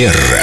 Манера.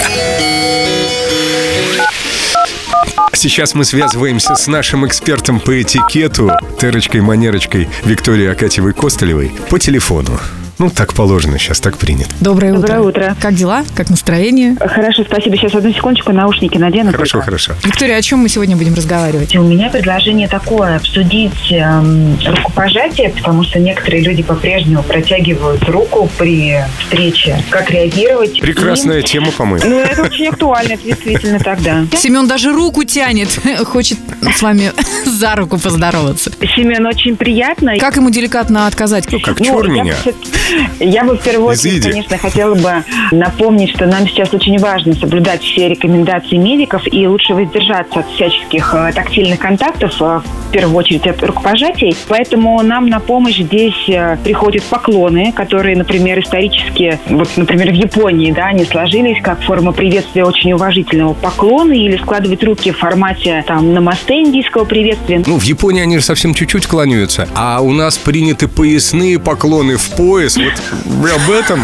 Сейчас мы связываемся с нашим экспертом по этикету, Терочкой-манерочкой Викторией Акатьевой-Костылевой по телефону. Ну, так положено, сейчас так принято. Доброе утро. Доброе утро. Как дела? Как настроение? Хорошо, спасибо. Сейчас одну секундочку, наушники надену. Хорошо, хорошо. Виктория, о чем мы сегодня будем разговаривать? У меня предложение такое: обсудить рукопожатие, потому что некоторые люди по-прежнему протягивают руку при встрече. Как реагировать? Прекрасная тема, по-моему. Ну, это очень актуально, это действительно тогда. Семен даже руку тянет, хочет с вами за руку поздороваться. Семен, очень приятно. Как ему деликатно отказать? Ну, как чур меня. Я бы в первую очередь, Извините. конечно, хотела бы напомнить, что нам сейчас очень важно соблюдать все рекомендации медиков и лучше воздержаться от всяческих тактильных контактов, в первую очередь от рукопожатий. Поэтому нам на помощь здесь приходят поклоны, которые, например, исторически, вот, например, в Японии, да, они сложились как форма приветствия очень уважительного поклона, или складывать руки в формате там намасте индийского приветствия. Ну, в Японии они же совсем чуть-чуть кланяются, а у нас приняты поясные поклоны в пояс. Вот вы об этом?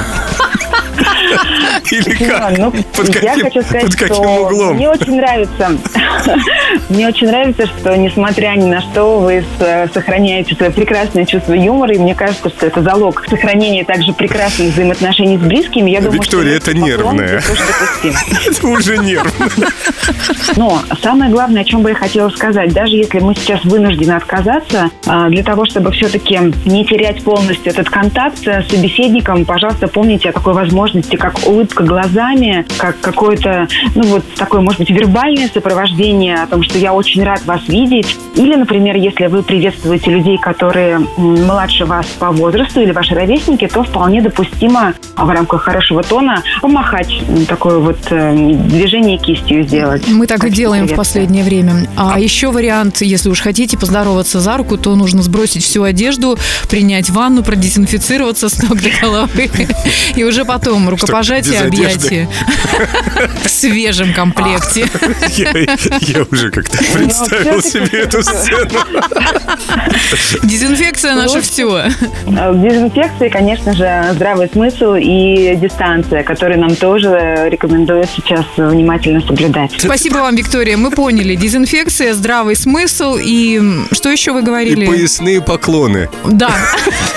Или как? Ну, я хочу сказать, под каким что углом? мне очень нравится, что, несмотря ни на что, вы сохраняете свое прекрасное чувство юмора, и мне кажется, что это залог сохранения также прекрасных взаимоотношений с близкими. Я думаю, Виктория, что это нервное. Это уже нервно. Но самое главное, о чем бы я хотела сказать, даже если мы сейчас вынуждены отказаться, для того, чтобы все-таки не терять полностью этот контакт с собеседником, пожалуйста, помните о такой возможности, как улыбка глазами, как какое-то, ну вот такое, может быть, вербальное сопровождение о том, что я очень рад вас видеть. Или, например, если вы приветствуете людей, которые младше вас по возрасту или ваши ровесники, то вполне допустимо в рамках хорошего тона помахать, такое вот движение кистью сделать. Мы так и делаем в последнее время. А еще вариант, если уж хотите поздороваться за руку, то нужно сбросить всю одежду, принять ванну, продезинфицироваться с ног до головы. И уже потом рукопожатие, объятие в свежем комплекте. Я уже как-то представил себе эту сцену. Дезинфекция наша все. В дезинфекции, конечно же, здравый смысл и дистанция, которые нам тоже рекомендуют сейчас внимательно соблюдать. Спасибо вам, Виктория. Мы поняли. Дезинфекция, здравый смысл и что еще вы говорили? И поясные поклоны. Да.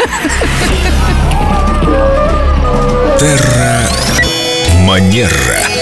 Терра Манера.